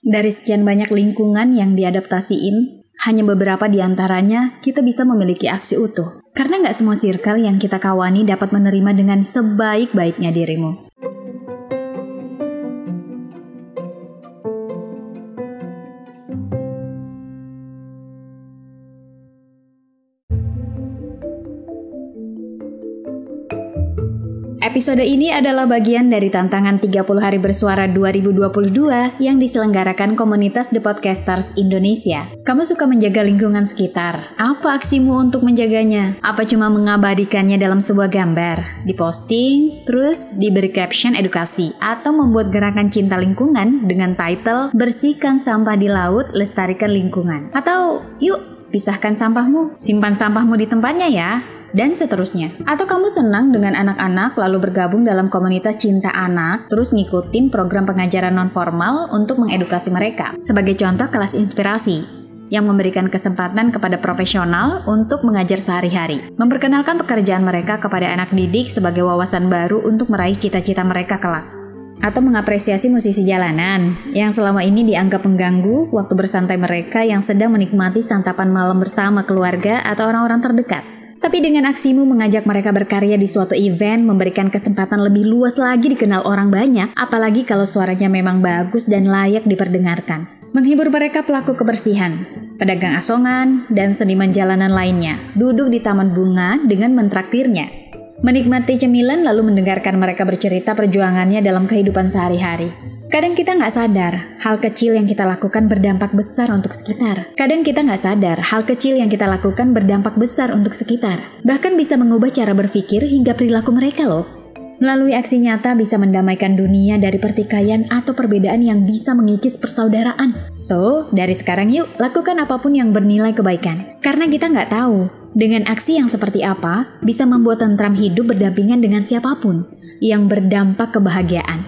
Dari sekian banyak lingkungan yang diadaptasiin, hanya beberapa di antaranya kita bisa memiliki aksi utuh. Karena nggak semua circle yang kita kawani dapat menerima dengan sebaik-baiknya dirimu. Episode ini adalah bagian dari tantangan 30 Hari Bersuara 2022 yang diselenggarakan komunitas The Podcasters Indonesia. Kamu suka menjaga lingkungan sekitar? Apa aksimu untuk menjaganya? Apa cuma mengabadikannya dalam sebuah gambar, diposting, terus diberi caption edukasi, atau membuat gerakan cinta lingkungan dengan title Bersihkan sampah di laut, lestarikan lingkungan? Atau yuk pisahkan sampahmu, simpan sampahmu di tempatnya ya, dan seterusnya. Atau kamu senang dengan anak-anak lalu bergabung dalam komunitas cinta anak, terus ngikutin program pengajaran non-formal untuk mengedukasi mereka. Sebagai contoh kelas inspirasi yang memberikan kesempatan kepada profesional untuk mengajar sehari-hari, memperkenalkan pekerjaan mereka kepada anak didik sebagai wawasan baru untuk meraih cita-cita mereka kelak. Atau mengapresiasi musisi jalanan yang selama ini dianggap mengganggu waktu bersantai mereka yang sedang menikmati santapan malam bersama keluarga atau orang-orang terdekat. Tapi dengan aksimu mengajak mereka berkarya di suatu event, memberikan kesempatan lebih luas lagi dikenal orang banyak, apalagi kalau suaranya memang bagus dan layak diperdengarkan. Menghibur mereka pelaku kebersihan, pedagang asongan, dan seniman jalanan lainnya, duduk di taman bunga dengan mentraktirnya. Menikmati cemilan lalu mendengarkan mereka bercerita perjuangannya dalam kehidupan sehari-hari. Kadang kita nggak sadar, hal kecil yang kita lakukan berdampak besar untuk sekitar. Bahkan bisa mengubah cara berpikir hingga perilaku mereka loh. Melalui aksi nyata bisa mendamaikan dunia dari pertikaian atau perbedaan yang bisa mengikis persaudaraan. So, dari sekarang yuk, lakukan apapun yang bernilai kebaikan. Karena kita nggak tahu, dengan aksi yang seperti apa, bisa membuat tentram hidup berdampingan dengan siapapun yang berdampak kebahagiaan.